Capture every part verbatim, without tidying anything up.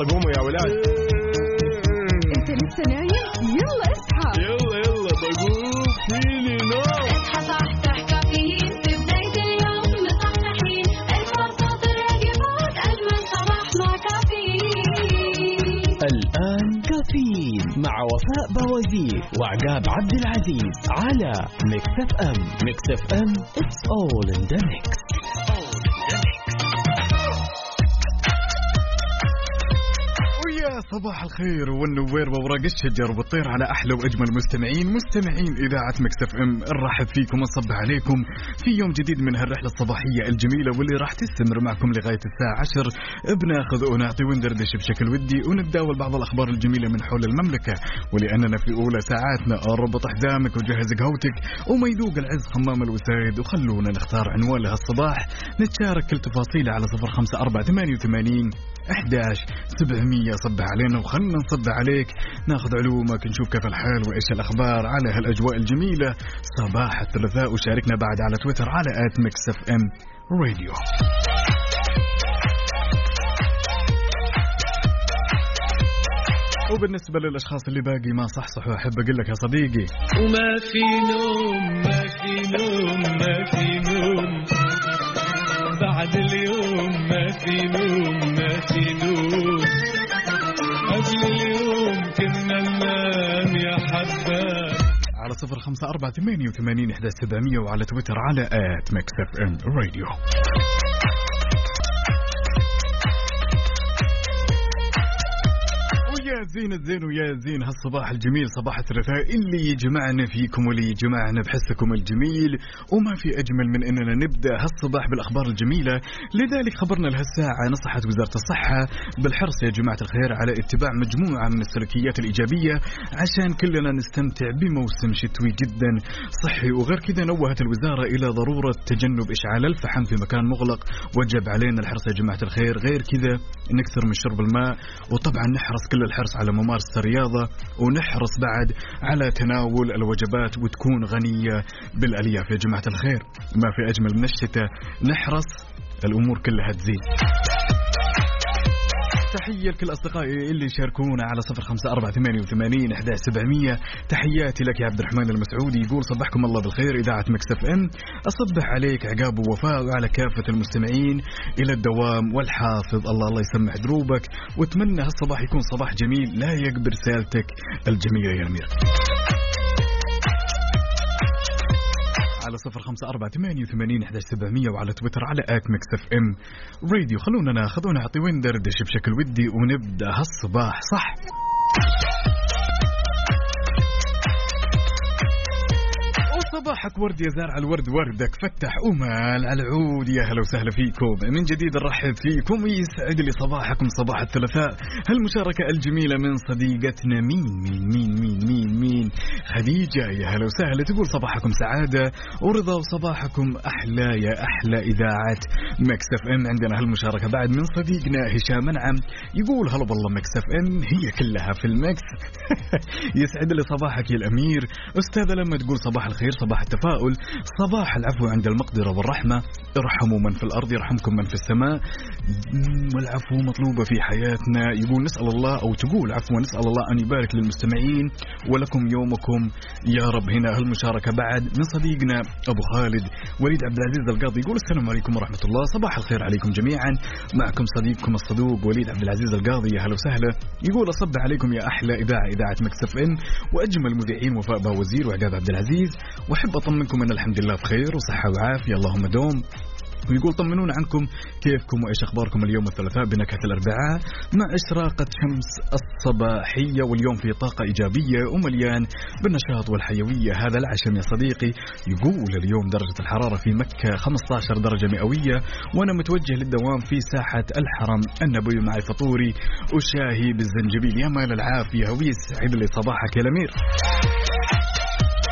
يلا قوموا يا ولاد. انت لسه نايم؟ يلا اصحى. يلا يلا بقوم فيني نوم. اصحى صحصح كافيين في بداية اليوم مصحصحين. الفرصة تراقي فوق أجمل صباح مع كافيين. الآن كافيين مع وفاء بوازير وعقاب عبد العزيز على ميكس اف ام. ميكس اف ام it's all in the mix. يا صباح الخير والنوير وورق الشجر وبتطير على أحلى وأجمل مستمعين مستمعين إذاعة ميكس اف ام. نرحب فيكم ونصبح عليكم في يوم جديد من هالرحلة الصباحية الجميلة واللي راح تستمر معكم لغاية الساعة عشر. بناخذ ونعطي وندردش بشكل ودي ونتداول بعض الأخبار الجميلة من حول المملكة. ولأننا في أولى ساعاتنا ربط حزامك وجهز قهوتك وما يذوق العز خمام الوسيد. وخلونا نختار عنوان لهالصباح نتشارك كل تفاصيل على صفر خمسة أربعة ثمانية وثمانين أحد عشر سبعمية. صبح علينا وخلنا نصبح عليك ناخذ علومك نشوف كيف الحال وإيش الأخبار على هالأجواء الجميلة صباح الثلاثاء. وشاركنا بعد على تويتر على آت ميكس اف ام راديو. وبالنسبة للأشخاص اللي باقي ما صحصحوا أحب أقول لك يا صديقي وما في نوم ما في نوم ما في نوم بعد اليوم ما في نوم ما في نوم قبل اليوم كنا ننام يا حباب. على صفر خمسة أربعة ثمانية وثمانين إحدى سبعمية وعلى تويتر على آت ميكس اف ام راديو. يا زين الزين ويا زين هالصباح الجميل صباح الثلاثاء اللي يجمعنا فيكم واللي يجمعنا بحسكم الجميل. وما في أجمل من أننا نبدأ هالصباح بالأخبار الجميلة. لذلك خبرنا لهالساعة نصحت وزارة الصحة بالحرص يا جماعة الخير على اتباع مجموعة من السلوكيات الإيجابية عشان كلنا نستمتع بموسم شتوي جدا صحي. وغير كذا نوهت الوزارة إلى ضرورة تجنب إشعال الفحم في مكان مغلق. وجب علينا الحرص يا جماعة الخير. غير كذا نكثر من شرب الماء وطبعا نحرص كل الحرص على ممارسة الرياضة ونحرص بعد على تناول الوجبات وتكون غنية بالألياف يا جماعة الخير. ما في أجمل من الشتاء نحرص الأمور كلها تزيد. تحية لكل أصدقائي اللي يشاركونا على صفر خمسة أربعة ثمانية وثمانين أحد عشر سبعمية. تحياتي لك يا عبد الرحمن المسعودي يقول صبحكم الله بالخير إذاعة ميكس اف ام. أصبح عليك عقاب ووفاء وعلى كافة المستمعين إلى الدوام والحافظ الله الله يسمح دروبك. واتمنى هالصباح يكون صباح جميل لا يقبل رسالتك الجميلة يا أمير. على صفر خمسة أربعة ثمانية وثمانين أحد عشر سبعمية وعلى تويتر على آت ميكس اف ام راديو. خلونا ناخذ ونعطي وندردش بشكل ودي ونبدأ هالصباح صح. صباحك ورد يا زارع الورد وردك فتح أمال على العود. يا هلا وسهلا فيكم من جديد. نرحب فيكم يسعد لي صباحكم صباح الثلاثاء. هالمشاركة الجميلة من صديقتنا مين مين مين مين مين مين خديجة. يا هلا وسهلا تقول صباحكم سعادة ورضا وصباحكم أحلى يا أحلى إذاعة ميكس اف ام. عندنا هالمشاركة بعد من صديقنا هشام منعم يقول هلا والله ميكس اف ام هي كلها في الميكس. يسعد لي صباحك يا الأمير. أستاذة لما تقول صباح الخير صباح التفاؤل صباح العفو عند المقدرة والرحمة. ارحموا من في الأرض يرحمكم من في السماء. والعفو مطلوبة في حياتنا. يقول نسأل الله أو تقول عفوا نسأل الله أن يبارك للمستمعين ولكم يومكم يا رب. هنا هالمشاركة بعد من صديقنا أبو خالد وليد عبد العزيز القاضي يقول السلام عليكم ورحمة الله. صباح الخير عليكم جميعا. معكم صديقكم الصدوق وليد عبد العزيز القاضي. يا هلا وسهلا. يقول أصبح عليكم يا أحلى إذاعة إذاعة ميكس اف ام وأجمل مذيعين وفاء باوزير وعقاب عبد العزيز. وأحب أطمنكم أن الحمد لله بخير وصحة وعافية اللهم دوم. ويقول طمنونا عنكم كيفكم وإيش أخباركم اليوم الثلاثاء بنكهة الأربعاء مع إشراقة شمس الصباحية واليوم في طاقة إيجابية ومليان بالنشاط والحيوية. هذا العشم يا صديقي. يقول اليوم درجة الحرارة في مكة خمسة عشر درجة مئوية وأنا متوجه للدوام في ساحة الحرم النبوي مع فطوري وشاهي بالزنجبيل. يا مال العافية ويسعد لي صباحك يا الأمير.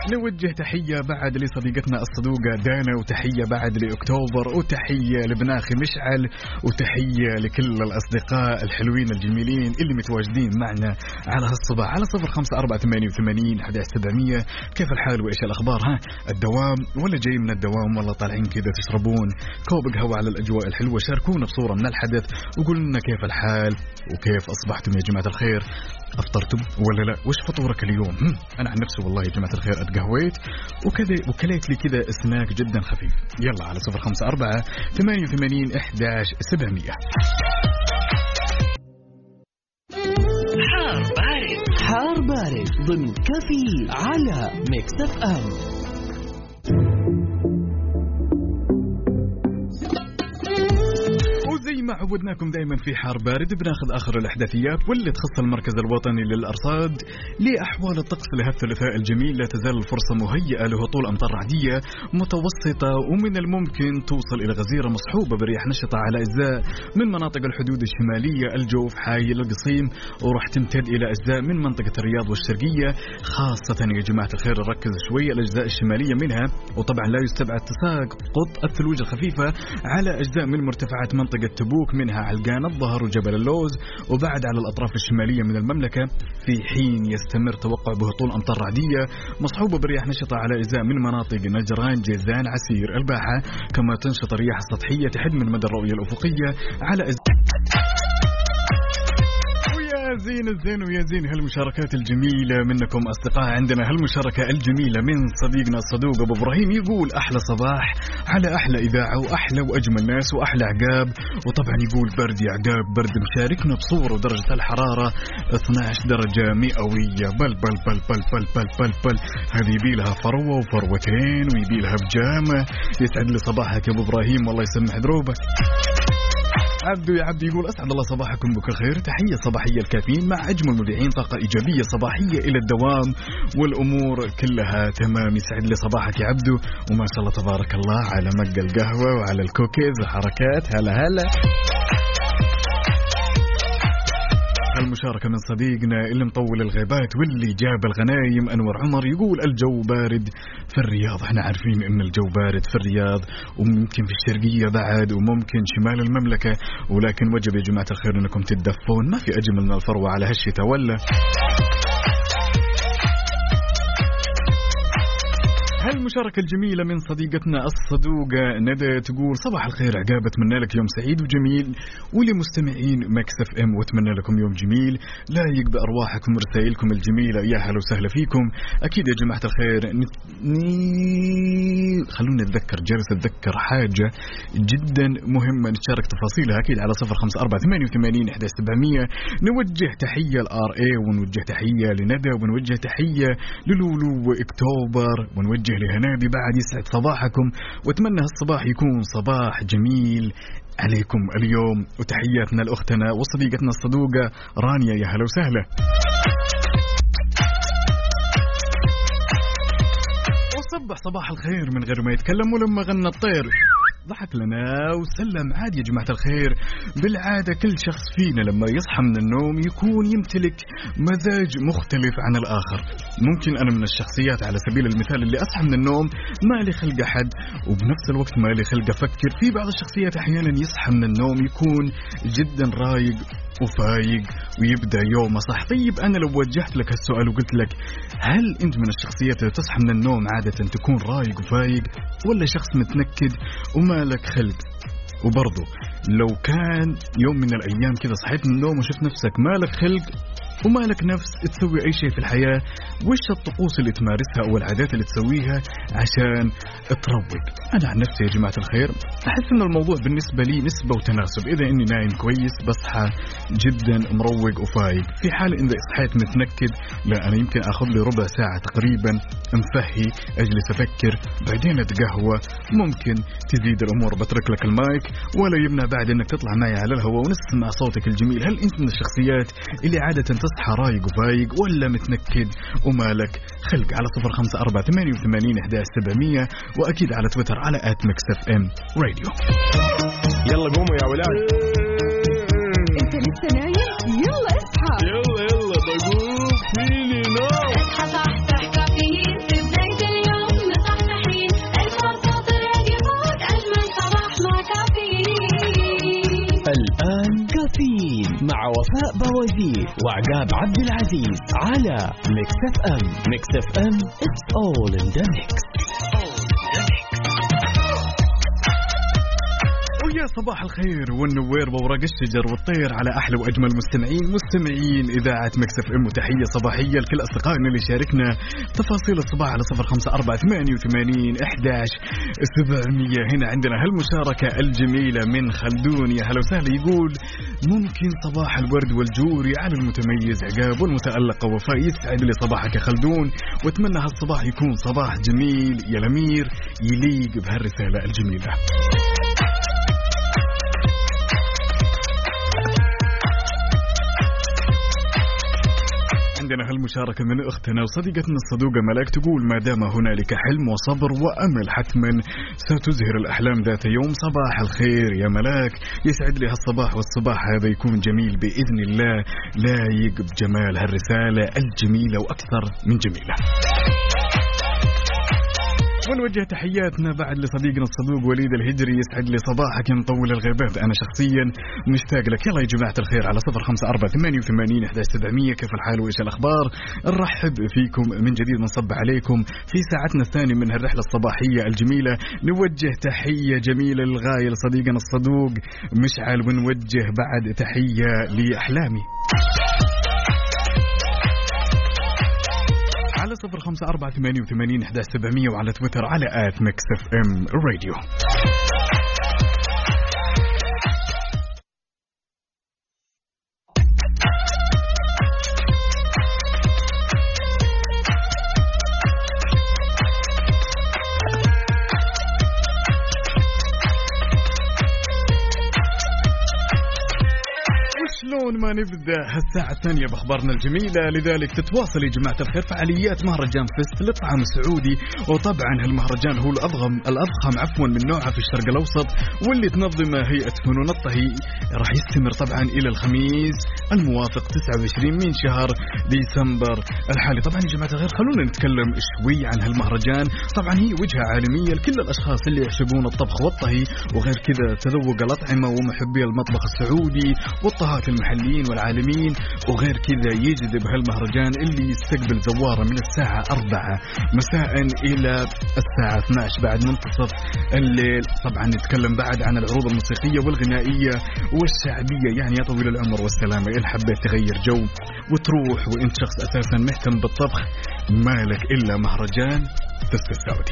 نوجه تحية بعد لصديقتنا الصدوقة دانا، وتحية بعد لأكتوبر، وتحية لبناخي مشعل، وتحية لكل الأصدقاء الحلوين الجميلين اللي متواجدين معنا على هالصباح على صفر خمسة أربعة ثمانية وثمانين أحد عشر سبعمية. كيف الحال وإيش الأخبار؟ ها الدوام ولا جاي من الدوام ولا طالعين كذا تشربون كوب قهوة على الأجواء الحلوة؟ شاركونا بصورة من الحدث وقولوا لنا كيف الحال وكيف أصبحتم يا جماعة الخير. أفطرتم ولا لا؟ وش فطورك اليوم؟ أنا عن نفسي والله يا جماعة الخير أتقهويت وكذا وكليت لي كذا سناك جدا خفيف. يلا على صفر خمسة أربعة ثمانية وثمانين أحد عشر سبعمية. حار بارد حار بارد ضمن كفي على ميكس اف ام. زي ما عودناكم دائما في حار بارد بناخذ آخر الأحداثيات واللي تخص المركز الوطني للأرصاد لأحوال الطقس لهالثلاثاء الجميل. لا تزال الفرصة مهيئة لهطول أمطار رعدية متوسطة ومن الممكن توصل إلى غزيرة مصحوبة برياح نشطة على أجزاء من مناطق الحدود الشمالية، الجوف، حايل، القصيم، وراح تمتد إلى أجزاء من منطقة الرياض والشرقية خاصة يا جماعة الخير. نركز شوية الأجزاء الشمالية منها، وطبعا لا يستبعد تساقط الثلوج الخفيفة على أجزاء من مرتفعات منطقة تبوك منها علقان الظهر وجبل اللوز وبعد على الأطراف الشمالية من المملكة، في حين يستمر توقع بهطول أمطار رعدية مصحوبة برياح نشطة على أجزاء من مناطق نجران، جيزان، عسير، الباحة، كما تنشط الرياح السطحية تحد من مدى الرؤية الأفقية على أجزاء. زين الزين ويا زين هالمشاركات الجميلة منكم أصدقاء. عندنا هالمشاركة الجميلة من صديقنا الصدوق أبو إبراهيم، يقول أحلى صباح على أحلى إذاعة وأحلى وأجمل ناس وأحلى عقاب، وطبعا يقول برد يا عقاب برد، مشاركنا بصورة ودرجة الحرارة اثني عشر درجة مئوية. بل بل بل بل بل بل بل, بل. هذه يبيلها فروة وفروتين ويبيلها بجامة. يسعد لي صباحك يا أبو إبراهيم والله يسمح دروبك. عبدو يا عبدو يقول أسعد الله صباحكم بكل خير، تحية صباحية الكافيين مع أجمل مذيعين، طاقة إيجابية صباحية إلى الدوام والأمور كلها تمام. يسعد لي صباحك يا عبدو، وما شاء الله تبارك الله على مق القهوة وعلى الكوكيز وحركات. هلا هلا. المشاركة من صديقنا اللي مطول الغيبات واللي جاب الغنايم أنور عمر، يقول الجو بارد في الرياض. احنا عارفين ان الجو بارد في الرياض وممكن في الشرقية بعد وممكن شمال المملكة، ولكن وجب يا جماعة الخير انكم تتدفون. ما في اجمل من الفروة على هالشتاء ولا. هالمشاركة الجميلة من صديقتنا الصدوقة ندى، تقول صباح الخير عقاب، أتمنى لك يوم سعيد وجميل، ولمستمعين ميكس اف ام وأتمنى لكم يوم جميل لايق بأرواحكم ورسائلكم الجميلة. يا هلا وسهلا فيكم. أكيد يا جماعة الخير نت... خلونا نتذكر جالس أتذكر حاجة جدا مهمة نتشارك تفاصيلها أكيد على صفر خمسة أربعة ثمانية وثمانين أحد عشر سبعمية. نوجه تحية لآر اي ونوجه تحية لندى ونوجه تحية للولو وإكتوبر ونوجه لهنادي بعد. يسعد صباحكم واتمنى هالصباح يكون صباح جميل عليكم اليوم. وتحياتنا لأختنا وصديقتنا الصدوقة رانيا، يا هلا وسهلا. وصبح صباح الخير من غير ما يتكلم، ولما غنى الطير ضحك لنا وسلم. عادي يا جماعة الخير، بالعادة كل شخص فينا لما يصحى من النوم يكون يمتلك مزاج مختلف عن الآخر. ممكن أنا من الشخصيات على سبيل المثال اللي أصحى من النوم ما لي خلق أحد وبنفس الوقت ما لي خلق أفكر. في بعض الشخصيات أحيانا يصحى من النوم يكون جدا رايق وفايق ويبدأ يومه صح. طيب أنا لو وجهت لك هالسؤال وقلت لك هل أنت من الشخصيات اللي تصحى من النوم عادة تكون رايق وفايق ولا شخص متنكد وما لك خلق؟ وبرضو لو كان يوم من الأيام كذا صحيت من النوم وشفت نفسك ما لك خلق وما لك نفس تسوي أي شيء في الحياة، وش الطقوس اللي تمارسها أو العادات اللي تسويها عشان تروق؟ أنا عن نفسي يا جماعة الخير أحس أن الموضوع بالنسبة لي نسبة وتناسب. إذا إني نايم كويس بصحى جدا مروق وفايق. في حال إذا صحيت متنكد لا، أنا يمكن أخذ لي ربع ساعة تقريبا مفهي أجلس أفكر بعدين أتقهوى. ممكن تزيد الأمور بترك لك المايك ولا يمنع بعد أنك تطلع معي على الهواء ونسمع صوتك الجميل. هل أنت من الشخصيات اللي عادة تصحى رايق وفايق ولا متنكد ومالك خلق؟ على صفر خمسة أربعة ثمانية وثمانين أحد عشر سبعمية، وأكيد على تويتر على آت ميكس اف ام راديو. يلا قوموا يا ولاد. انت لسه نايم؟ يلا اصحى. يلا يلا بقوم فيني نوم. اصحى صحصح كافيين في بداية كافيين مع وفاء بوازير وعقاب عبد العزيز على ميكس اف ام. ميكس اف ام it's all in the mix. ويا صباح الخير والنوير وورق الشجر والطير على أحلى وأجمل مستمعين مستمعين إذاعة ميكس اف ام. وتحية صباحية لكل أصدقائنا اللي شاركنا تفاصيل الصباح على صفر خمسة أربعة ثمانية وثمانين أحداش سبعمية. هنا عندنا هالمشاركة الجميلة من خلدون، يا هلا وسهلا. يقول ممكن صباح الورد والجوري على المتميز عقاب والمتألقة وفاء. يسعد لي صباحك يا خلدون، واتمنى هالصباح يكون صباح جميل يا الأمير يليق بهالرسالة الجميلة. عندنا هالمشاركة من أختنا وصديقتنا الصدوقة ملاك، تقول ما دام هنالك حلم وصبر وأمل حتما ستزهر الأحلام ذات يوم. صباح الخير يا ملاك، يسعد لي هالصباح، والصباح هذا يكون جميل بإذن الله، لايق بجمال هالرسالة الجميلة وأكثر من جميلة. ونوجه تحياتنا بعد لصديقنا الصدوق وليد الهجري، يسعد لي صباحك يا مطول الغيبات، أنا شخصيا مشتاق لك. يلا يا جماعة الخير على صفر خمسة أربعة ثمانية وثمانين أحداش سبعمية، كيف الحال وإيش الأخبار؟ نرحب فيكم من جديد، نصب عليكم في ساعتنا الثانية من هالرحلة الصباحية الجميلة. نوجه تحية جميلة للغاية لصديقنا الصدوق مشعل، ونوجه بعد تحية لأحلامي على صفر خمسة أربعة ثمانية وثمانين أحداش سبعمية، وعلى تويتر على آت ميكس اف ام راديو. شلون ما نبدأ هالساعة الثانية بأخبارنا الجميلة؟ لذلك تتواصل يا جماعة الخير فعاليات مهرجان فيست للطعام السعودي، وطبعا هالمهرجان هو الأضخم الأضخم عفوا من نوعه في الشرق الأوسط، واللي تنظمه هيئة فنون الطهي. راح يستمر طبعا إلى الخميس الموافق تسعة وعشرين من شهر ديسمبر الحالي. طبعا يا جماعة الخير خلونا نتكلم شوي عن هالمهرجان. طبعا هي وجهة عالمية لكل الأشخاص اللي يعشقون الطبخ والطهي، وغير كذا تذوق الأطعمة ومحبي المطبخ السعودي والطهاة المحليين والعالمين. وغير كذا يجذب هالمهرجان اللي يستقبل زواره من الساعة أربعة مساء إلى الساعة اثنتي عشرة بعد منتصف الليل. طبعا نتكلم بعد عن العروض الموسيقية والغنائية والشعبية. يعني يا طويل العمر والسلامة، إن حبيت تغير جو وتروح وإنت شخص أساسا مهتم بالطبخ، مالك إلا مهرجان فيست السعودي.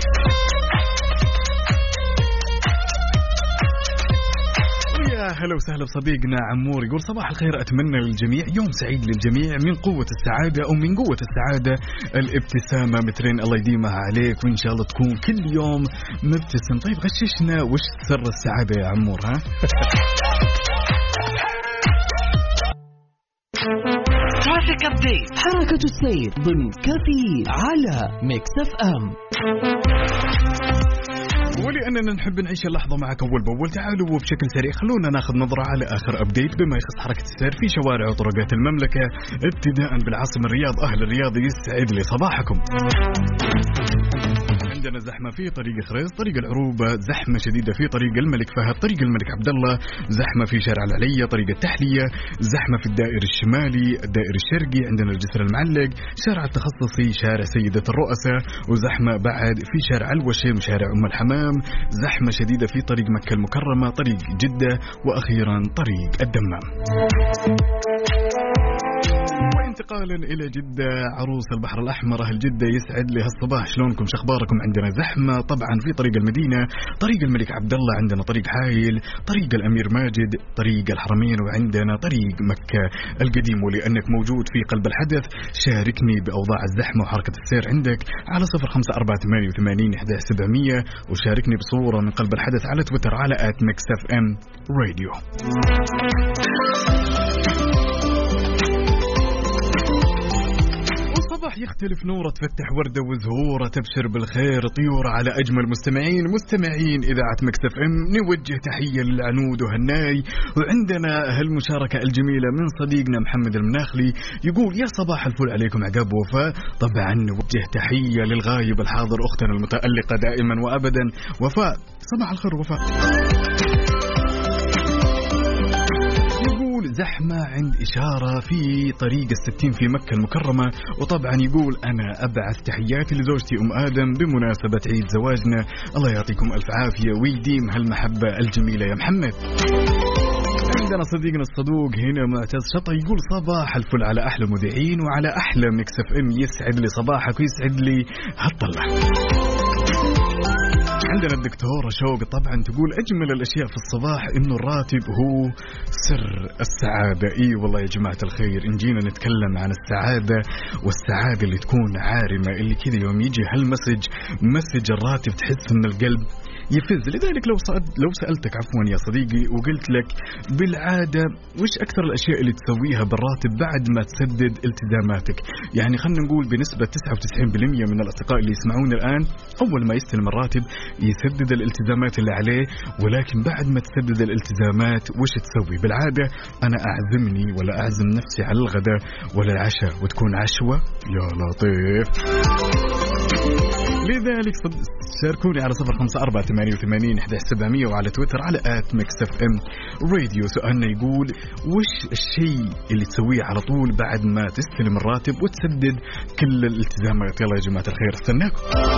يا هلا وسهلا بصديقنا عمور، يقول صباح الخير، أتمنى للجميع يوم سعيد للجميع، من قوة السعادة أو من قوة السعادة الابتسامة مترين، الله يديمها عليك، وإن شاء الله تكون كل يوم مبتسم. طيب غششنا وش سر السعادة يا عمور ها؟ ترافيك أبديت، حركة السير ضمن كافيين على ميكس اف ام. ولأننا نحب نعيش اللحظة معك أول بأول، تعالوا وبشكل سريع خلونا ناخذ نظرة على آخر أبديت بما يخص حركة السير في شوارع وطرقات المملكة، ابتداء بالعاصمة الرياض. أهل الرياض يسعد لي صباحكم. عندنا زحمة في طريق خريص، طريق العروبة زحمة شديدة في طريق الملك فهد، طريق الملك عبد الله زحمة في شارع العلية، طريق التحلية زحمة في الدائر الشمالي، الدائر الشرقي عندنا الجسر المعلق، شارع التخصصي، شارع سيدة الرؤساء، وزحمة بعد في شارع الوشم، شارع أم الحمام، زحمة شديدة في طريق مكة المكرمة، طريق جدة، وأخيرا طريق الدمام. انتقالا إلى جدة عروس البحر الأحمر، أهل جدة يسعد لي هالصباح، شلونكم شخباركم؟ عندنا زحمة طبعا في طريق المدينة، طريق الملك عبد الله، عندنا طريق حايل، طريق الأمير ماجد، طريق الحرمين، وعندنا طريق مكة القديم. ولأنك موجود في قلب الحدث شاركني بأوضاع الزحمة وحركة السير عندك على صفر خمسة أربعة ثمانية وثمانين أحداش سبعمية، وشاركني بصورة من قلب الحدث على تويتر على آت ميكس اف ام راديو. صباح يختلف نوره، تفتح وردة وزهورة، تبشر بالخير طيورة على أجمل مستمعين مستمعين إذاعة ميكس اف ام. نوجه تحية للعنود وهناي، وعندنا هالمشاركة الجميلة من صديقنا محمد المناخلي، يقول يا صباح الفل عليكم عقاب وفاء. طبعا نوجه تحية للغايب الحاضر أختنا المتألقة دائما وأبدا وفاء. صباح الخير وفاء. زحمة عند إشارة في طريق الستين في مكة المكرمة. وطبعا يقول أنا أبعث تحياتي لزوجتي أم آدم بمناسبة عيد زواجنا، الله يعطيكم ألف عافية ويديم هالمحبة الجميلة يا محمد. عندنا صديقنا الصدوق هنا معتز شطة يقول صباح الفل على أحلى مذيعين وعلى أحلى ميكس اف ام، يسعد لي صباحك ويسعد لي هالطلة. عندنا الدكتورة شوق طبعا تقول أجمل الأشياء في الصباح إنه الراتب هو سر السعادة. إي والله يا جماعة الخير، إن جينا نتكلم عن السعادة والسعادة اللي تكون عارمة، اللي كذا يوم يجي هالمسج مسج الراتب تحس إن القلب يفز. لذلك لو سألت لو سألتك عفوا يا صديقي وقلت لك بالعادة وش أكثر الأشياء اللي تسويها بالراتب بعد ما تسدد التزاماتك، يعني خلنا نقول بنسبة تسعة وتسعين بالمئة من الأصدقاء اللي يسمعون الآن أول ما يستلم الراتب يسدد الالتزامات اللي عليه، ولكن بعد ما تسدد الالتزامات وش تسوي؟ بالعادة أنا أعزمني ولا أعزم نفسي على الغداء ولا العشاء وتكون عشوة يا لطيف. لذلك شاركوني على صفر خمسة أربعة ثمانية وثمانين أحد عشر سبعمية وعلى تويتر على آت ميكس اف ام راديو. سؤالنا يقول وش الشيء اللي تسويه على طول بعد ما تستلم الراتب وتسدد كل الالتزامات؟ يلا يا جماعة الخير استناكم.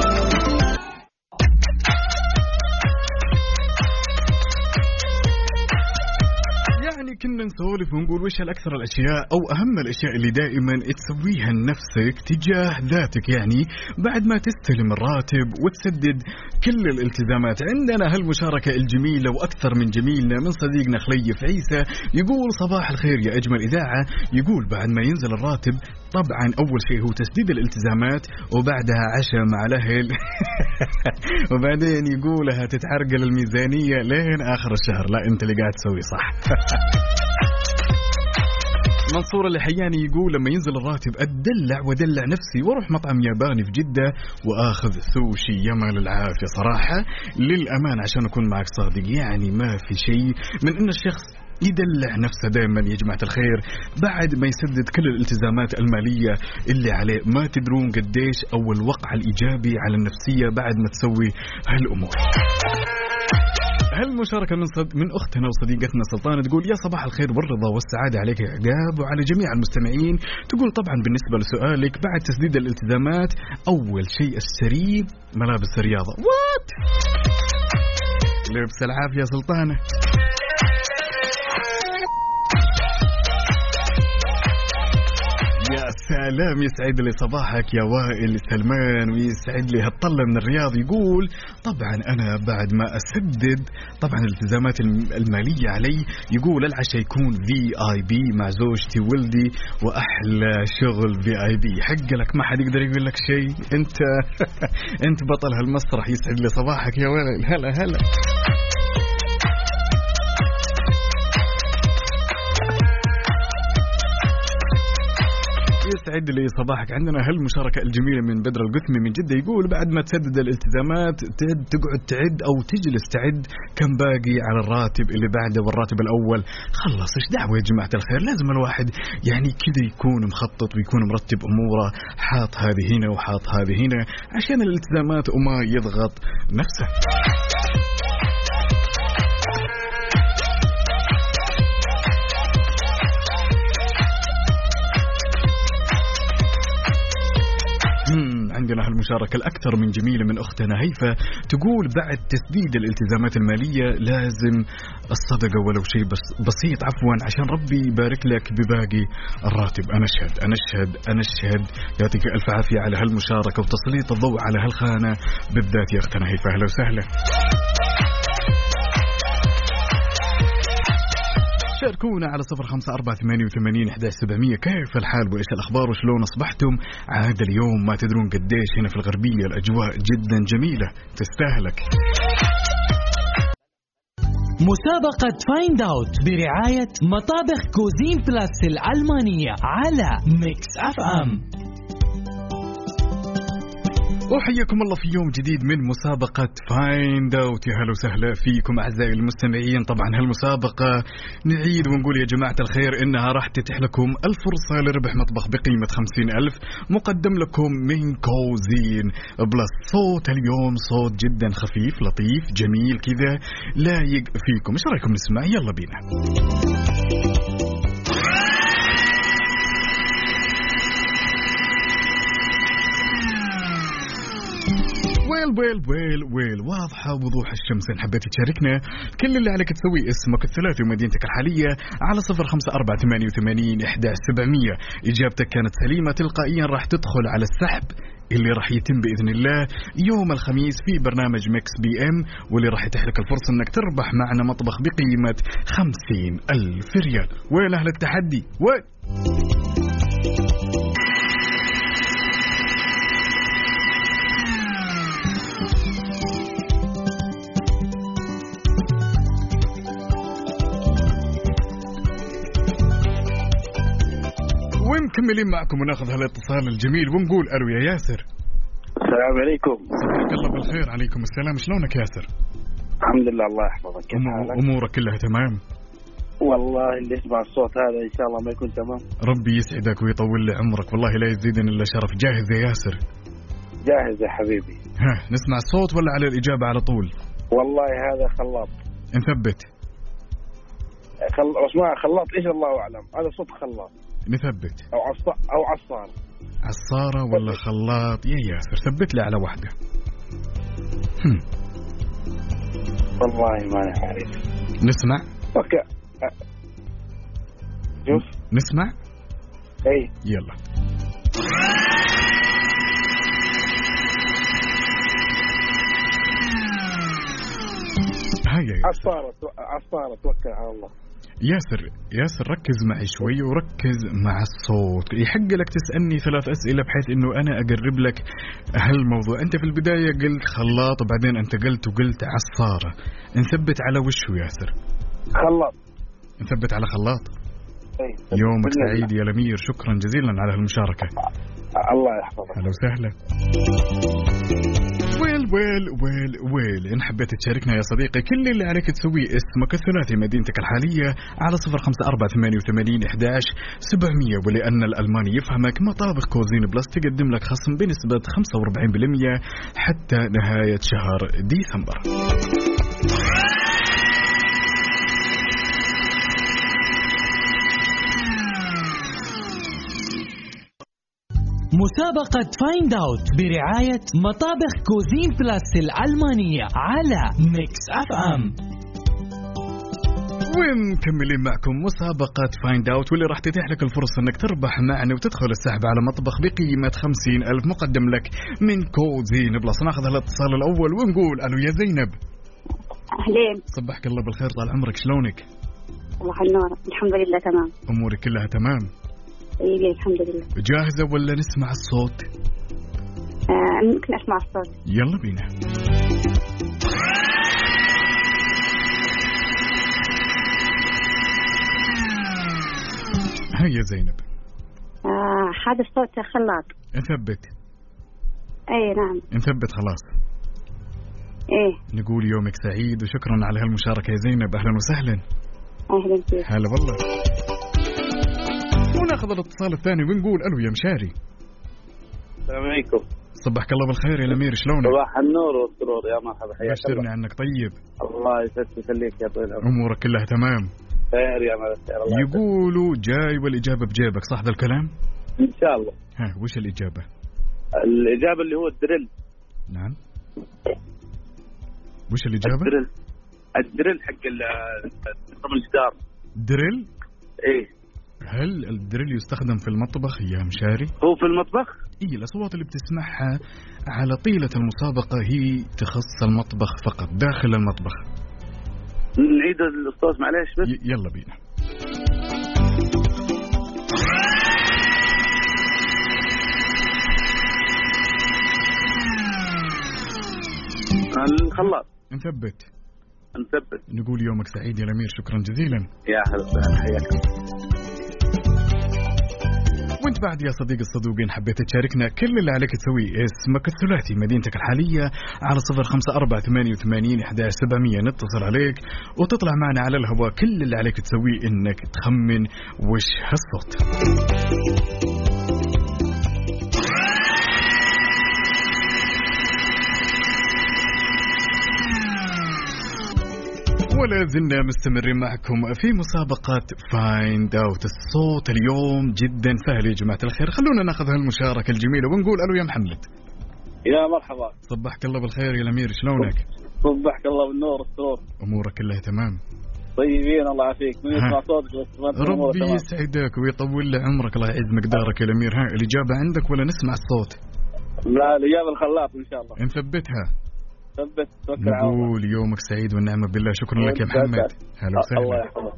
كنا نسولف ونقول وش الأكثر الأشياء أو أهم الأشياء اللي دائما تسويها لنفسك تجاه ذاتك، يعني بعد ما تستلم الراتب وتسدد كل الالتزامات. عندنا هالمشاركة الجميلة وأكثر من جميلنا من صديقنا خليف عيسى يقول صباح الخير يا أجمل إذاعة. يقول بعد ما ينزل الراتب طبعا أول شيء هو تسديد الالتزامات وبعدها عشاء مع الأهل وبعدين يقولها تتعرقل الميزانية لين آخر الشهر. لا أنت اللي قاعد تسوي صح. منصور الحياني يقول لما ينزل الراتب أدلع ودلع نفسي واروح مطعم ياباني في جدة وآخذ سوشي يمال العافية. صراحة للأمان عشان أكون معك صادق، يعني ما في شيء من إن الشخص يدلع نفسه دائما يا جماعة الخير بعد ما يسدد كل الالتزامات المالية اللي عليه. ما تدرون قديش أو الوقع الإيجابي على النفسية بعد ما تسوي هالأمور. هالمشاركة من صد... من أختنا وصديقتنا سلطانة تقول يا صباح الخير والرضا والسعادة عليك يا عقاب وعلى جميع المستمعين. تقول طبعا بالنسبة لسؤالك بعد تسديد الالتزامات أول شيء اشتري ملابس الرياضة. وات لبس العافية يا سلطانة. يا سلام يسعد لي صباحك يا وائل سلمان ويسعد لي هالطلة من الرياض. يقول طبعا أنا بعد ما أسدد طبعا الالتزامات المالية علي يقول العشاء يكون في آي بي مع زوجتي ولدي وأحلى شغل في آي بي. حق لك ما حد يقدر يقول لك شيء، أنت أنت بطل هالمسرح. يسعد لي صباحك يا وائل. هلا هلا. يسعد لي صباحك. عندنا هالمشاركة الجميلة من بدر القثمي من جدة يقول بعد ما تسدد الالتزامات تقعد تعد أو تجلس تعد كم باقي على الراتب اللي بعده والراتب الأول. خلص إيش دعوة يا جماعة الخير، لازم الواحد يعني كذا يكون مخطط ويكون مرتب أموره، حاط هذه هنا وحاط هذه هنا عشان الالتزامات وما يضغط نفسه. عندنا هالمشاركة الأكثر من جميلة من أختنا هيفا تقول بعد تسديد الالتزامات المالية لازم الصدقة ولو شيء بس بسيط عفوا عشان ربي يبارك لك بباقي الراتب. أنا أشهد أنا أشهد أنا أشهد. يعطيك ألف عافية على هالمشاركة وتسليط الضوء على هالخانة بالذات يا أختنا هيفا. أهلا وسهلا. شاركونا على صفر خمسة أربعة ثمانية وثمانين أحد عشر سبعمية. كيف الحال وإيش الأخبار وشلون أصبحتم؟ عاد اليوم ما تدرون قديش هنا في الغربية الأجواء جدا جميلة تستاهلك. مسابقة فايند أوت برعاية مطابخ كوزين بلاس الألمانية على ميكس أف أم. وحياكم الله في يوم جديد من مسابقة فايند أوت. يا هلا وسهلا فيكم أعزائي المستمعين. طبعا هالمسابقة نعيد ونقول يا جماعة الخير إنها راح تتيح لكم الفرصة لربح مطبخ بقيمة خمسين ألف مقدم لكم من كوزين بلس. صوت اليوم صوت جدا خفيف لطيف جميل كذا لايق فيكم. إيش رأيكم نسمع؟ يلا بينا. ويل ويل ويل واضحة وضوح الشمس. إن حبيت تشاركنا كل اللي عليك تسوي اسمك الثلاثي ومدينتك الحالية على صفر خمسة أربعة ثمانية وثمانين إحدى عشر سبعمية. إجابتك كانت سليمة، تلقائيا راح تدخل على السحب اللي راح يتم بإذن الله يوم الخميس في برنامج ميكس بي ام، واللي راح يتيح لك الفرصة انك تربح معنا مطبخ بقيمة خمسين ألف ريال. وين أهل التحدي؟ وين؟ ومكملين معكم وناخذ هالاتصال الجميل ونقول ألو يا ياسر. السلام عليكم. صباحك الله بالخير. عليكم السلام. شلونك ياسر؟ الحمد لله الله يحفظك. كيف حالك؟ أمورك كلها تمام؟ والله اللي يسمع الصوت هذا إن شاء الله ما يكون تمام. ربي يسعدك ويطول لي عمرك، والله لا يزيدني إلا شرف. جاهز يا ياسر؟ جاهز يا حبيبي. ها نسمع الصوت ولا على الإجابة على طول؟ والله هذا خلاط. نثبت. خل... اسمع خلاط إيش الله أعلم، هذا صوت خلاط. نثبت. أو عص... أو عصار. عصارة ولا خلاط يا ياسر؟ ثبت لي على واحدة. هم. والله ما أعرف. نسمع. أوكي. أ... شوف. نسمع. أي. يلا. هيا يا عصارة عصارة توكل على الله. ياسر ياسر ركز معي شوي وركز مع الصوت. يحق لك تسألني ثلاث أسئلة بحيث إنه أنا أقرب لك هالموضوع. أنت في البداية قلت خلاط وبعدين أنت قلت وقلت عصارة. نثبت على وشو ياسر؟ خلاط. نثبت على خلاط. أي. يومك سعيد يا الأمير، شكرا جزيلا على هالمشاركة. الله يحفظك. أهلا وسهلا. ويل ويل ويل ويل. إن حبيت تشاركنا يا صديقي كل اللي عليك تسويه اسمك الثلاثي مدينتك الحالية على صفر خمسة أربعة ثمانية وثمانين إحدى عشر سبعمية. ولأن الألماني يفهمك مطابخ كوزين بلس تقدم لك خصم بنسبة خمسة وأربعين بالمئة حتى نهاية شهر ديسمبر. مسابقة فايند اوت برعاية مطابخ كوزين بلاس الألمانية على ميكس اف ام. ومكملين معكم مسابقة فايند اوت، واللي راح تتيح لك الفرصة انك تربح معنا وتدخل السحب على مطبخ بقيمة خمسين ألف مقدم لك من كوزين بلاس. ناخذ الاتصال الأول ونقول ألو يا زينب. أهلين. صبحك الله بالخير، طال عمرك، شلونك؟ صباح النور. الحمد لله تمام. أمورك كلها تمام؟ إيه الحمد لله. جاهزة ولا نسمع الصوت؟ آه ممكن أسمع الصوت. يلا بينا. هيا زينب. آه هذا الصوت خلاط. نثبت. أي نعم. نثبت خلاص. إيه. نقول يومك سعيد وشكرا على هالمشاركة يا زينب. أهلا وسهلا. أهلا فيك. هلا والله. وناخذ الاتصال الثاني ونقول ألو يا مشاري. السلام عليكم. صبحك الله بالخير يا الأمير، شلونك؟ صباح النور والسرور يا مرحبا، حياك الله. بشرني عنك. طيب الله يسلمك يا طويل العمر. أمورك كلها تمام؟ خير يا مرحبا. الله يقولوا جاي والإجابة بجيبك، صح ذا الكلام؟ إن شاء الله. ها وش الإجابة؟ الإجابة اللي هو الدريل. نعم. وش الإجابة؟ الدريل. الدريل حق نظام الجدار. دريل؟ إيه. هل الدريل يستخدم في المطبخ يا مشاري؟ هو في المطبخ؟ إيه، الأصوات اللي بتسمعها على طيلة المسابقة هي تخص المطبخ فقط، داخل المطبخ. نعيد الصوت معليش بس. ي- يلا بينا. الخلاط. نثبت. نثبت. نقول يومك سعيد يا الأمير، شكرا جزيلا. يا أهلا وسهلا، حياك الله. وانت بعد يا صديق الصدوقين حبيت تشاركنا كل اللي عليك تسويه اسمك الثلاثي مدينتك الحالية على صفر خمسة أربعة ثمانية وثمانين إحدى عشر سبعمية. نتصل عليك وتطلع معنا على الهواء. كل اللي عليك تسويه انك تخمن وش هالصوت. ولا زلنا مستمرين معكم في مسابقة فايند اوت. الصوت اليوم جدا سهل يا جماعة الخير. خلونا ناخذ هالمشاركة الجميلة ونقول ألو يا محمد. يا مرحبا. صبحك الله بالخير يا الأمير، شلونك؟ صبحك الله بالنور والسرور. أمورك كلها تمام؟ طيبين الله يعافيك. من يسمع صوتك بس ربي يسعدك ويطول لي عمرك، الله يعز مقدارك يا الأمير. ها الإجابة عندك ولا نسمع الصوت؟ لا الإجابة الخلاط إن شاء الله. نثبتها. ثبت. نقول يومك سعيد والنعمة بالله. شكرا لك يا محمد. هلا وسهلا. الله يحفظك.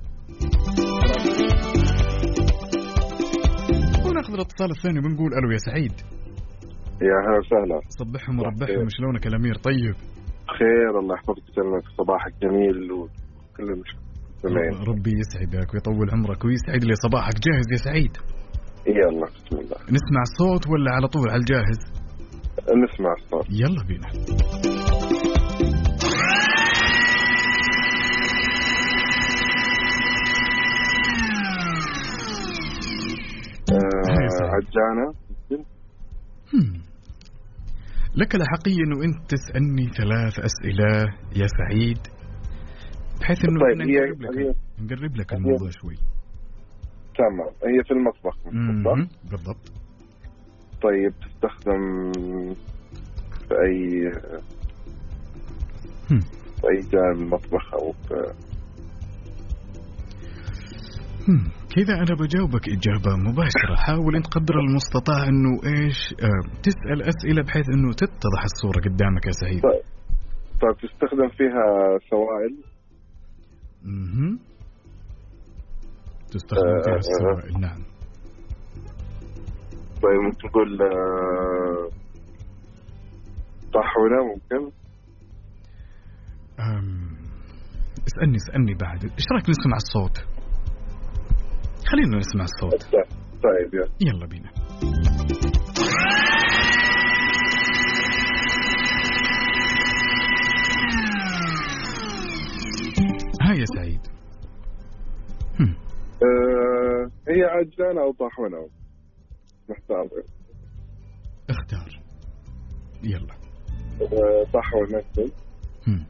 وناخذ الاتصال الثاني بنقول ألو يا سعيد. يا هلا وسهلا. صبحهم وربحهم، شلونك يا الأمير؟ طيب خير الله يحفظك ويسلمك، صباحك جميل وكل المشكلة. ربي يسعدك ويطول عمرك ويسعد لي صباحك. جاهز يا سعيد؟ يلا بسم الله. نسمع الصوت ولا على طول على الجاهز؟ نسمع الصوت. يلا بينا. آه عجانة. لك الحقيقة أنه أنت تسألني ثلاث أسئلة يا سعيد، بحيث أنه طيب نقرب لك نقرب لك الموضوع شوي. تمام. هي في المطبخ بالضبط. طيب تستخدم في أي هم. في أي جانب المطبخ أو في هم. كذا أنا بجاوبك إجابة مباشرة. حاول أنت قدر المستطاع أنه إيش آه تسأل أسئلة بحيث أنه تتضح الصورة قدامك يا سعيد. طيب, طيب تستخدم فيها سوائل. مم. تستخدم آه فيها آه السوائل. نعم. طيب ممكن تقول آه طاحونة ممكن. أم... اسألني اسألني بعد. إيش رأيك نسمع الصوت؟ خلينا نسمع الصوت. طيب يلا. يلا بينا. هاي يا سعيد. هم. آه هي عجانة أو طاحونة؟ محتار. اختار. يلا. آه طاحونة. هم.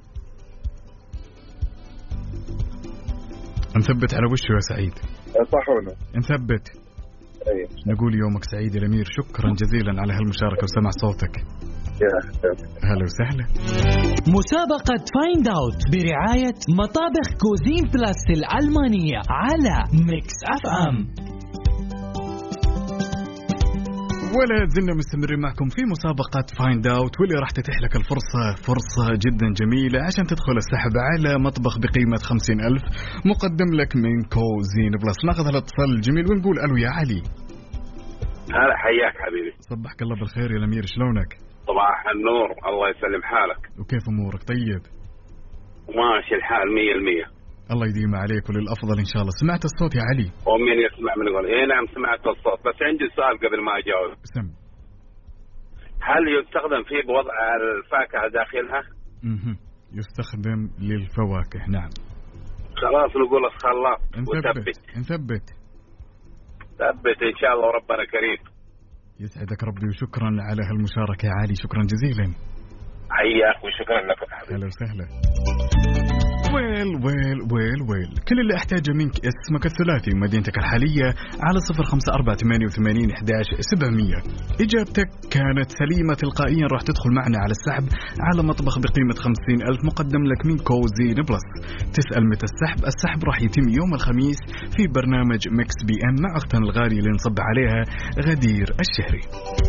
نثبت على وشه يا سعيد. طاحونة. نثبت. أيه. نقول يومك سعيد يا الأمير، شكرا جزيلا على هالمشاركة وسمع صوتك. يا هلا وسهلا. مسابقة فايند اوت برعاية مطابخ كوزين بلاس الألمانية على ميكس اف ام. ولا زلنا مستمرين معكم في مسابقة فايند اوت، واللي راح تتيح لك الفرصة فرصة جدا جميلة عشان تدخل السحب على مطبخ بقيمة خمسين ألف مقدم لك من كوزين بلس. ناخذ الاتصال الجميل ونقول ألو يا علي. هلا حياك حبيبي. صبحك الله بالخير يا الأمير، شلونك؟ صباح النور، الله يسلم حالك. وكيف أمورك؟ طيب ماشي الحال مية المية. الله يديم عليك وللأفضل إن شاء الله. سمعت الصوت يا علي؟ ومين يسمع من يقول إيه نعم سمعت الصوت، بس عندي سؤال قبل ما أجاوب. سم. هل يستخدم فيه بوضع الفاكهة داخلها؟ اها يستخدم للفواكه. نعم. خلاص نقول الخلاط. نثبت. نثبت. ثبت إن شاء الله وربنا كريم. يسعدك ربي وشكرا على هالمشاركة يا علي، شكرا جزيلا. حياك وشكرا لك حبيبي. هلا وسهلا. ويل ويل ويل ويل كل اللي أحتاجه منك اسمك الثلاثي ومدينتك الحالية على صفر خمسة أربعة ثمانية وثمانين أحد عشر سبعمية. إجابتك كانت سليمة، تلقائيا راح تدخل معنا على السحب على مطبخ بقيمة خمسين ألف مقدم لك من كوزين بلس. تسأل متى السحب؟ السحب راح يتم يوم الخميس في برنامج ميكس بي ام مع أختنا الغالية اللي نصب عليها غدير الشهري.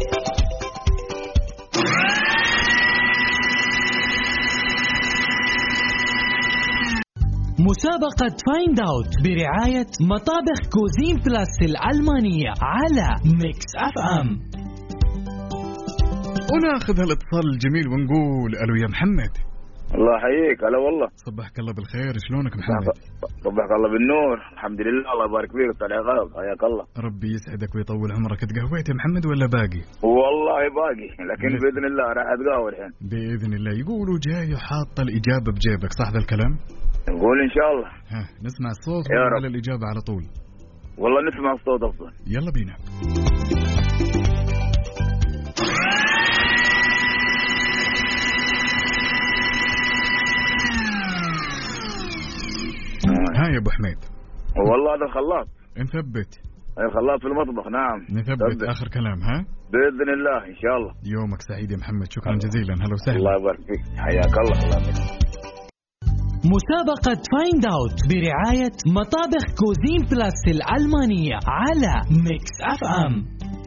مسابقة فايند اوت برعاية مطابخ كوزين بلاس الألمانية على ميكس اف ام. وناخذ هالاتصال الجميل ونقول ألو يا محمد. الله يحييك. هلا والله. صبحك الله بالخير، شلونك محمد؟ صبحك الله بالنور، الحمد لله الله يبارك فيك. طلع غلط. حياك الله. ربي يسعدك ويطول عمرك. تقهويت يا محمد ولا باقي؟ والله باقي، لكن ل... بإذن الله راح أتقهوى الحين بإذن الله. يقولوا جاي وحاط الإجابة بجيبك، صح ذا الكلام؟ نقول إن شاء الله. ها نسمع الصوت ولا الإجابة على طول؟ والله نسمع الصوت أفضل. يلا بينا. ها يا أبو حميد. والله هذا الخلاط. نثبت. الخلاط في المطبخ. نعم نثبت آخر كلام. ها بإذن الله إن شاء الله. يومك سعيد يا محمد. شكرا جزيلا. هلا وسهلا. الله يبارك فيك. حياك الله. الله يبارك. مسابقة فايند اوت برعاية مطابخ كوزين بلاس الألمانية على ميكس اف ام.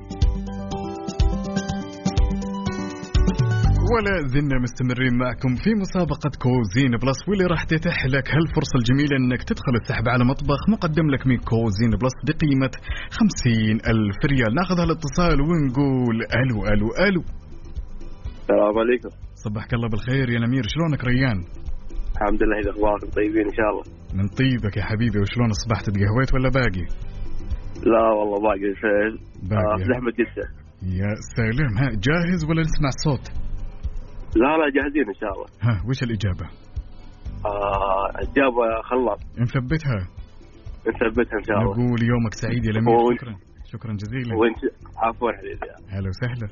ولا زلنا مستمرين معكم في مسابقة كوزين بلس، واللي راح تتيح لك هالفرصة الجميلة انك تدخل السحب على مطبخ مقدم لك من كوزين بلس بقيمة خمسين ألف ريال. ناخذ هالاتصال ونقول الو الو الو. السلام عليكم. صباحك الله بالخير يا نمير، شلونك ريان؟ الحمد لله. إذا أخباركم طيبين إن شاء الله؟ من طيبك يا حبيبي. وشلون أصبحت؟ تقهويت ولا باقي؟ لا والله باقي شيء. باقي. زحمة جدا. يا سلام. ها جاهز ولا نسمع الصوت؟ لا لا جاهزين إن شاء الله. ها وش الإجابة؟ آه إجابة خلاط. نثبتها. نثبتها إن شاء الله. نقول يومك سعيد يا نمير. شكرا شكرا جزيلا. وانت عفوا حبيبي. هلا وسهلا.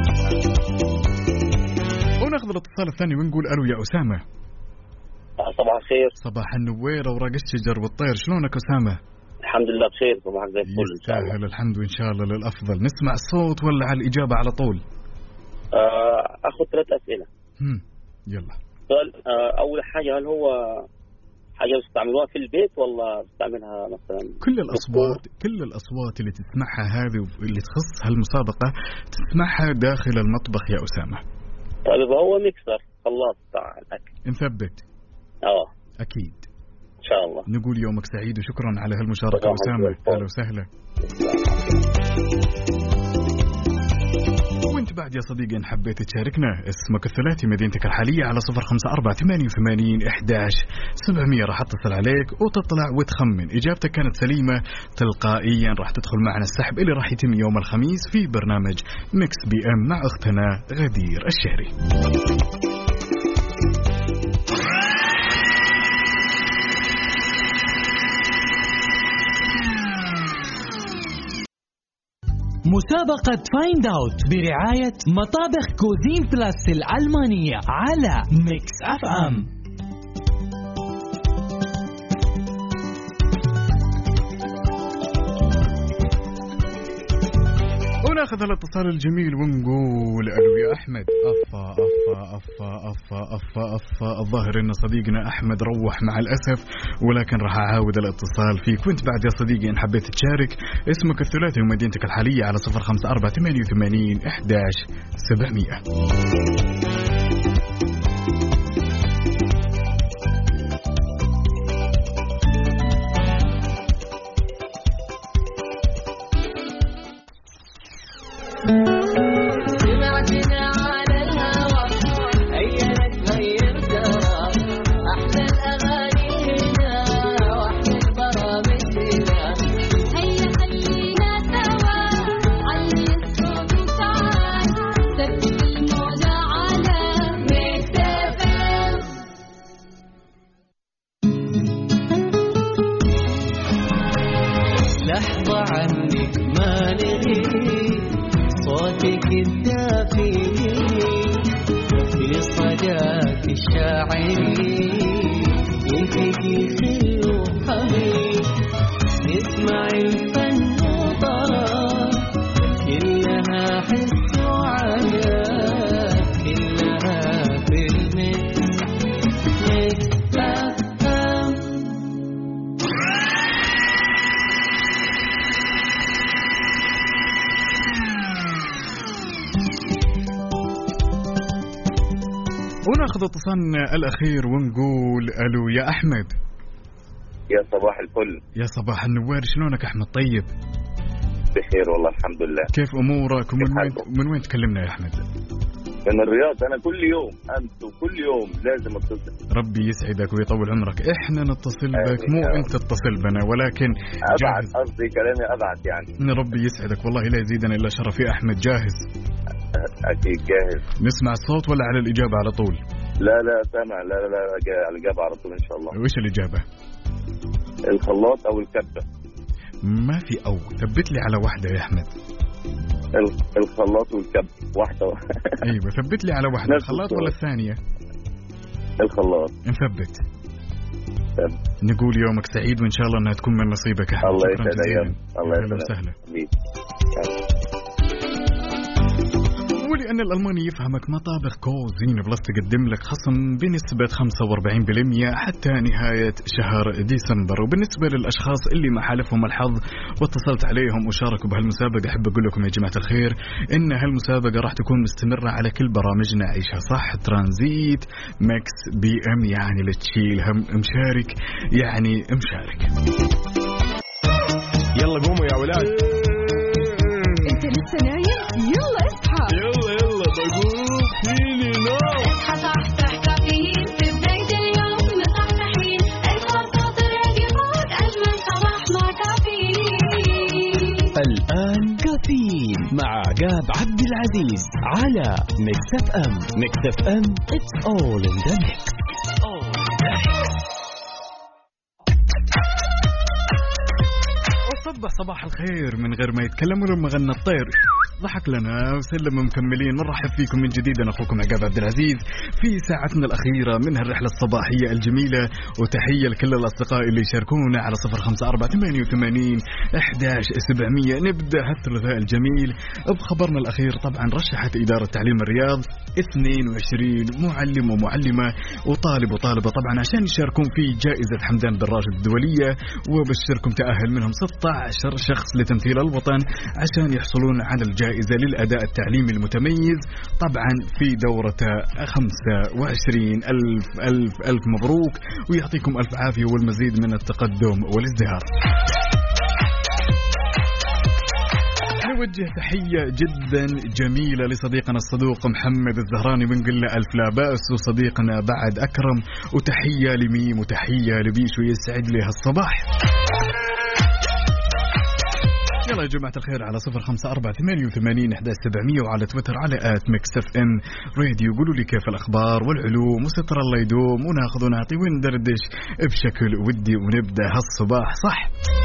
وناخذ الاتصال الثاني ونقول الو يا أسامة. صباح الخير. صباح النوير ورق الشجر والطير. شلونك أسامة؟ الحمد لله بخير. صباحك زي الفل إن شاء الله. يستاهل الحمد وإن شاء الله للأفضل. نسمع الصوت ولا على الإجابة على طول؟ آه أخذ ثلاث أسئلة. هم. يلا. سؤال آه أول حاجة، هل هو حاجة بتستعملوها في البيت ولا بتستعملها مثلا؟ كل الأصوات كل الأصوات اللي تسمعها هذه اللي تخص هالمسابقة تسمعها داخل المطبخ يا أسامة. طيب هو ميكسر خلاط بتاع الأكل. نثبت. اه أكيد إن شاء الله. نقول يومك سعيد وشكرا على هالمشاركة أسامة. أهلا وسهلا. وانت بعد يا صديقي ان حبيت تشاركنا اسمك الثلاثي مدينتك الحالية على صفر خمسة أربعة ثمانية وثمانين إحداش سبعمية. راح تتصل عليك وتطلع وتخمن. إجابتك كانت سليمة تلقائيا راح تدخل معنا السحب اللي راح يتم يوم الخميس في برنامج ميكس بي ام مع أختنا غدير الشهري. مسابقة فايند اوت برعاية مطابخ كوزين بلاس الألمانية على ميكس اف ام. وناخذ الاتصال الجميل ونقول الو يا احمد. افا افا افا افا افا افا الظاهر ان صديقنا احمد روح مع الاسف، ولكن راح اعاود الاتصال فيك. وانت بعد يا صديقي ان حبيت تشارك اسمك الثلاثي ومدينتك الحالية على صفر خمسة أربعة ثمانية وثمانين إحداش سبعمية. سمعتنا على الهوى عينك غير ترى أحلى الأغاني هنا وأحلى البرامج هنا. هيا خلينا سوا علي الصوت وتعال ثبت الموجة على ميكس اف ام. لحظة عنك ما نغيب صوتك الدافي في صداك الشاعري يلتقي خل وحبيب نسمع الفن وطرب كلها حس وعذاب كلها في الميكس ميكس اف ام. وناخذ اتصالنا الأخير ونقول ألو يا أحمد. يا صباح الفل. يا صباح النوار. شلونك أحمد؟ طيب بخير والله الحمد لله. كيف أمورك ومن وين من وين تكلمنا يا أحمد؟ من الرياض. أنا كل يوم أنت وكل يوم لازم أتصل. ربي يسعدك ويطول عمرك. إحنا نتصل بك مو أنت تتصل بنا، ولكن أبعد قصدي كلامي أبعد يعني. ربي يسعدك والله لا يزيدنا إلا شرف. يا أحمد جاهز؟ أكيد جاهز. نسمع الصوت ولا على الإجابة على طول؟ لا لا سامع. لا لا لا على الإجابة على طول إن شاء الله. وش الإجابة؟ الخلاط أو الكبة. ما في أو. ثبت لي على واحدة يا أحمد. الخلاط والكب واحدة. أيوة ثبت لي على واحدة. الخلاط ولا الثانية؟ الخلاط. نثبت. يسعدك. نقول يومك سعيد وإن شاء الله أنها تكون من نصيبك يا أحمد. الله شكراً يسعدك. جزيلاً. الله أهلا يسعدك. وسهلا. حبيبي. ولأن الألماني يفهمك مطابخ كوزين بلس تقدم لك خصم بنسبة خمسة وأربعين بالمئة حتى نهاية شهر ديسمبر. وبالنسبة للأشخاص اللي ما حالفهم الحظ واتصلت عليهم وشاركوا بهالمسابقة، أحب أقول لكم يا جماعة الخير إن هالمسابقة راح تكون مستمرة على كل برامجنا. عيشها صح، ترانزيت، ميكس بي ام، يعني لتشيل هم، مشارك يعني مشارك. يلا قوموا يا ولاد. انت لسه نايم؟ يلا اصحى. يلا يلا بقوم فيني نوم. اصحى صحصح كافيين في بداية اليوم مصحصحين، الفرصة تراقي فوق أجمل صباح مع كافيين. الآن كافيين مع عقاب عبد العزيز على ميكس اف ام. ميكس اف ام it's all in the mix. صبح صباح الخير من غير ما يتكلموا لما غنى الطير ضحك لنا وسلم. مكملين نرحب فيكم من جديد. أنا أخوكم عقاب عبد العزيز في ساعتنا الأخيرة من هالرحلة الصباحية الجميلة، وتحية لكل الأصدقاء اللي يشاركونا على صفر خمسة أربعة ثمانية وثمانين أحداش سبعمية. نبدأ هالثلاثاء الجميل بخبرنا الأخير. طبعا رشحت إدارة تعليم الرياض اثنين وعشرين معلم ومعلمة وطالب وطالبة طبعا عشان يشاركون في جائزة حمدان بن راشد الدولية، وبشركم تأهل منهم ستة عشر شخص لتمثيل الوطن عشان يحصلون على الجائزة للأداء التعليمي المتميز طبعا في دورة خمسة وعشرين. ألف ألف ألف مبروك ويعطيكم ألف عافية والمزيد من التقدم والازدهار. نوجه تحية جدا جميلة لصديقنا الصدوق محمد الزهراني، بنقول له ألف لا بأس، وصديقنا بعد أكرم، وتحية لميم وتحية لبيشو، يسعد لي هالصباح. يلا يا جماعة الخير على صفر خمسة أربعة ثمانية وثمانين أحداش سبعمية وعلى تويتر على آت ميكس اف ام راديو. قولوا لي كيف الأخبار والعلوم وستر الله يدوم، وناخذ ونعطي وندردش بشكل ودي ونبدأ هالصباح صح.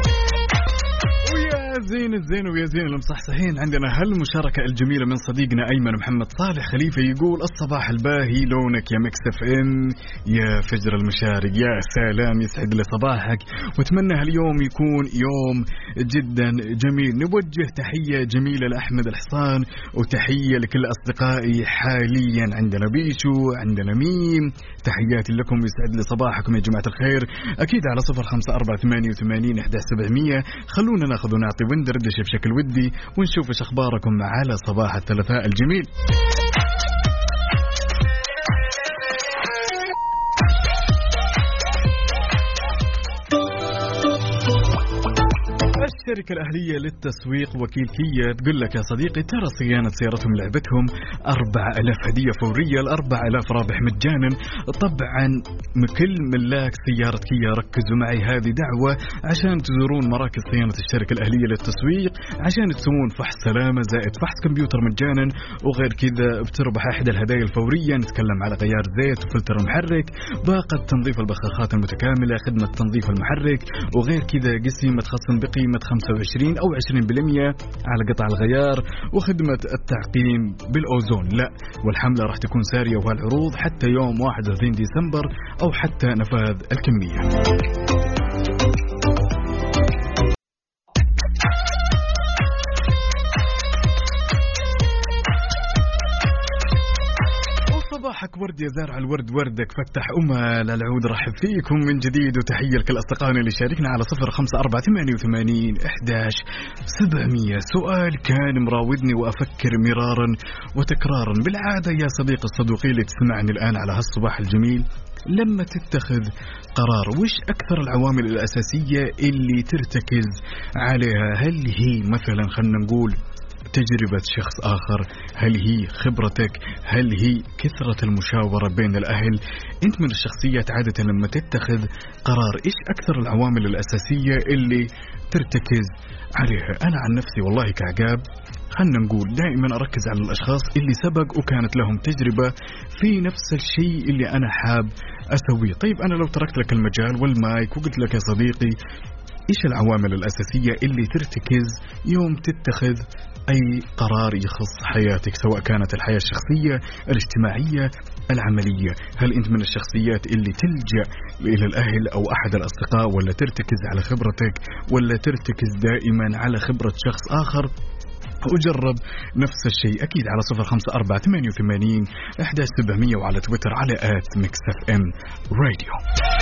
زين الزين ويا زين المصحصحين. عندنا هالمشاركة الجميلة من صديقنا أيمن محمد صالح خليفة، يقول الصباح الباهي لونك يا ميكس اف ام يا فجر المشارق. يا سلام، يسعد لي صباحك واتمنى هاليوم يكون يوم جدا جميل. نوجه تحية جميلة لأحمد الحصان وتحية لكل أصدقائي حاليا. عندنا بيشو، عندنا ميم، تحياتي لكم يسعد لي صباحكم يا جماعة الخير. أكيد على صفر خمسة أربعة ثمانية وثمانين أحداش سبعمية خلونا ناخذ ونعطي وندردش بشكل ودي ونشوف ايش اخباركم على صباح الثلاثاء الجميل. الشركة الأهلية للتسويق وكيل كيا تقول لك يا صديقي ترى صيانة سيارتهم لعبتهم أربعة آلاف هدية فورية، الأربع آلاف رابح مجانا. طبعا كل ملاك سيارة كيا ركزوا معي، هذه دعوة عشان تزورون مراكز صيانة الشركة الأهلية للتسويق عشان تسوون فحص سلامة زائد فحص كمبيوتر مجانا، وغير كذا بتربح أحد الهدايا الفورية. نتكلم على غيار زيت وفلتر المحرك، باقة تنظيف البخاخات المتكاملة، خدمة تنظيف المحرك، وغير كذا قسيمة خصم بقيمة خمسة وعشرين أو عشرين بالمئة على قطع الغيار، وخدمة التعقيم بالأوزون. لا، والحملة راح تكون سارية وهالعروض حتى يوم واحد وثلاثين ديسمبر أو حتى نفاذ الكمية. صباحك ورد يا زارع الورد، وردك فتح أمل العود. رحب فيكم من جديد وتحية لكل أصدقائنا اللي شاركنا على صفر خمسة أربعة ثمانية وثمانين أحداش سبعمية. سؤال كان مراودني وأفكر مرارا وتكرارا. بالعادة يا صديق الصدوقي اللي تسمعني الآن على هالصباح الجميل، لما تتخذ قرار وش أكثر العوامل الأساسية اللي ترتكز عليها؟ هل هي مثلا خلنا نقول تجربة شخص آخر؟ هل هي خبرتك؟ هل هي كثرة المشاورة بين الأهل؟ أنت من الشخصيات عادة لما تتخذ قرار إيش أكثر العوامل الأساسية اللي ترتكز عليها؟ أنا عن نفسي والله كعقاب خلنا نقول دائما أركز على الأشخاص اللي سبق وكانت لهم تجربة في نفس الشيء اللي أنا حاب أسويه. طيب أنا لو تركت لك المجال والمايك وقلت لك يا صديقي إيش العوامل الأساسية اللي ترتكز يوم تتخذ أي قرار يخص حياتك، سواء كانت الحياة الشخصية، الاجتماعية، العملية. هل أنت من الشخصيات اللي تلجأ إلى الأهل أو أحد الأصدقاء، ولا ترتكز على خبرتك، ولا ترتكز دائما على خبرة شخص آخر؟ وجرب نفس الشيء أكيد على صفر خمسة أربعة ثمانية وثمانين أحد عشر سبعمية وعلى تويتر على آت ميكس اف ام راديو.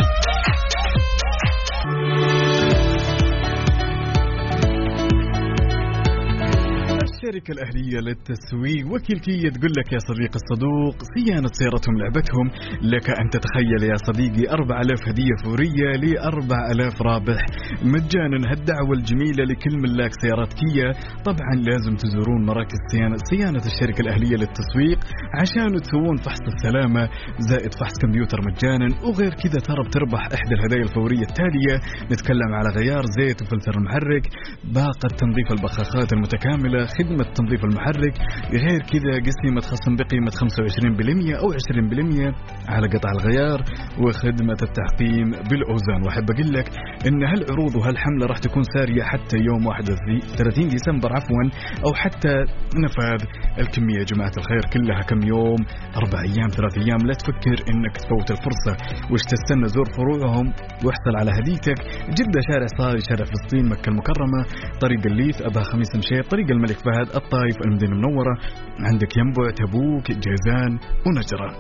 الشركة الأهلية للتسويق وكيلكية تقول لك يا صديق الصدوق صيانة سيارتهم لعبتهم. لك أن تتخيل يا صديقي أربعة آلاف هدية فورية لأربعة آلاف رابح مجانا. هالدعوة الجميلة لكل ملاك سيارات كيا. طبعا لازم تزورون مراكز صيانة صيانة الشركة الأهلية للتسويق عشان تسوون فحص السلامة زائد فحص كمبيوتر مجانا. وغير كذا ترى بتربح إحدى الهدايا الفورية التالية. نتكلم على غيار زيت وفلتر المحرك، باقة تنظيف البخاخات المتكاملة، خدمة تنظيف المحرك، غير كذا قسيمة خصم بقيمة خمسة وعشرين بالمئة أو عشرين بالمئة على قطع الغيار، وخدمة التحكيم بالأوزان. وأحب أقول لك إن هالعروض وهالحملة راح تكون سارية حتى يوم واحد وثلاثين ديسمبر عفوا، أو حتى نفاذ الكمية. يا جماعة الخير كلها كم يوم، أربع أيام ثلاث أيام. لا تفكر إنك تفوت الفرصة، وش تستنى؟ زور فروعهم واحصل على هديتك. جدة شارع صاري، شارع فلسطين، مكة المكرمة، طريق الليث، أبها خميس مشيط، طريق الملك فهد، الطائف، المدينة المنورة، عندك ينبع، تبوك، جيزان ونجران.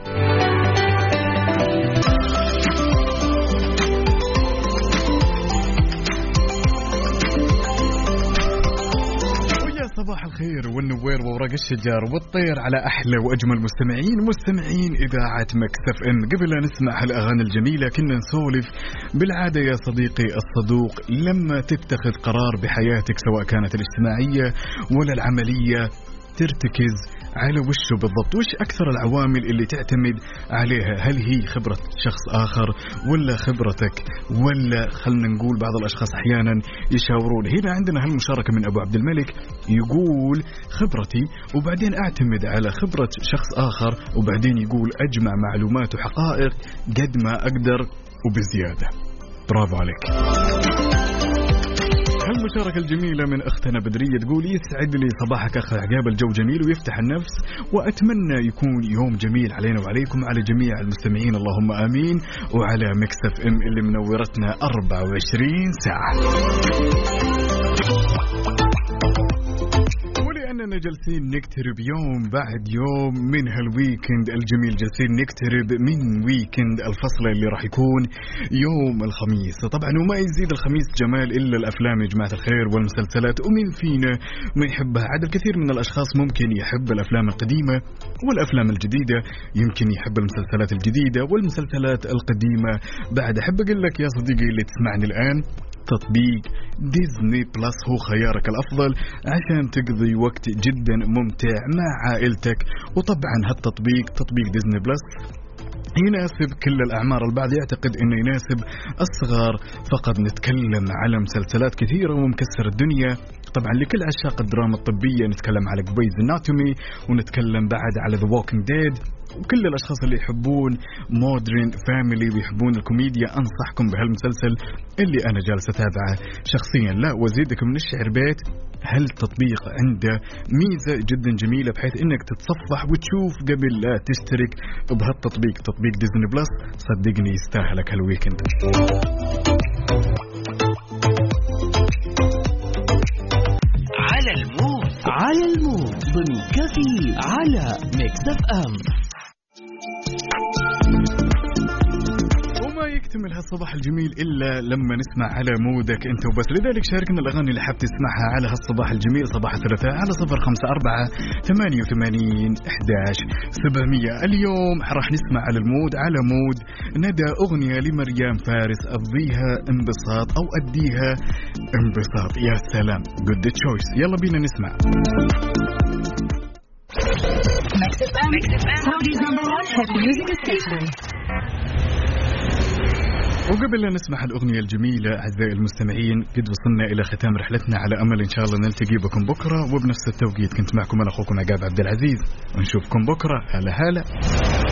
صباح الخير والنوير وورق الشجر والطير على أحلى وأجمل مستمعين مستمعين إذاعة ميكس اف ام. قبل أن نسمع هالأغاني الجميلة كنا نسولف بالعادة يا صديقي الصدوق لما تتخذ قرار بحياتك سواء كانت الاجتماعية ولا العملية ترتكز على وشه بالضبط؟ وش أكثر العوامل اللي تعتمد عليها؟ هل هي خبرة شخص آخر ولا خبرتك، ولا خلنا نقول بعض الأشخاص أحيانا يشاورون؟ هنا عندنا هالمشاركة من أبو عبد الملك يقول خبرتي وبعدين أعتمد على خبرة شخص آخر وبعدين يقول أجمع معلومات وحقائق قد ما أقدر وبزيادة. برافو عليك. هالمشاركة الجميلة من أختنا بدرية تقول يسعد لي صباحك أخ عقاب، الجو جميل ويفتح النفس، وأتمنى يكون يوم جميل علينا وعليكم على جميع المستمعين، اللهم آمين، وعلى ميكس اف ام اللي منورتنا أربعة وعشرين ساعة. أننا جالسين نقترب يوم بعد يوم من هالويكند الجميل، جالسين نقترب من ويكند الفصل اللي راح يكون يوم الخميس. طبعا وما يزيد الخميس جمال إلا الأفلام يا جماعة الخير والمسلسلات، ومن فينا ما يحبها؟ عاد الكثير من الأشخاص ممكن يحب الأفلام القديمة والأفلام الجديدة، يمكن يحب المسلسلات الجديدة والمسلسلات القديمة. بعد أحب أقول لك يا صديقي اللي تسمعني الآن تطبيق ديزني بلس هو خيارك الأفضل عشان تقضي وقت جدا ممتع مع عائلتك. وطبعا هالتطبيق تطبيق ديزني بلس يناسب كل الأعمار، البعض يعتقد أنه يناسب الصغار فقط. نتكلم على مسلسلات كثيرة ومكسر الدنيا طبعا لكل عشاق الدراما الطبية. نتكلم على جريز أناتومي، ونتكلم بعد على The Walking Dead، وكل الأشخاص اللي يحبون مودرن فاميلي ويحبون الكوميديا أنصحكم بهالمسلسل اللي أنا جالس أتابعه شخصيا. لا وزيدك من الشعر بيت، هالتطبيق عنده ميزة جدا جميلة بحيث إنك تتصفح وتشوف قبل لا تشترك بهالتطبيق. تطبيق ديزني بلس صدقني يستاهلك هالويكند. على المود على المود ضمن كافيين على ميكس اف ام. وما يكتمل هالصباح الجميل إلا لما نسمع على مودك أنت وبس. لذلك شاركنا الأغاني اللي حاب تسمعها على هالصباح الجميل صباح الثلاثاء على صفر خمسة أربعة ثمانية وثمانين أحد عشر سبعمية. اليوم راح نسمع على المود على مود ندى أغنية لمريم فارس، أفضيها انبساط أو أديها انبساط. يا سلام good choice. يلا بينا نسمع. وقبل لا نسمع الأغنية الجميلة أعزائي المستمعين قد وصلنا إلى ختام رحلتنا، على أمل إن شاء الله نلتقي بكم بكرة وبنفس التوقيت. كنت معكم أنا أخوكم عقاب عبد العزيز، ونشوفكم بكرة. هلا هلا.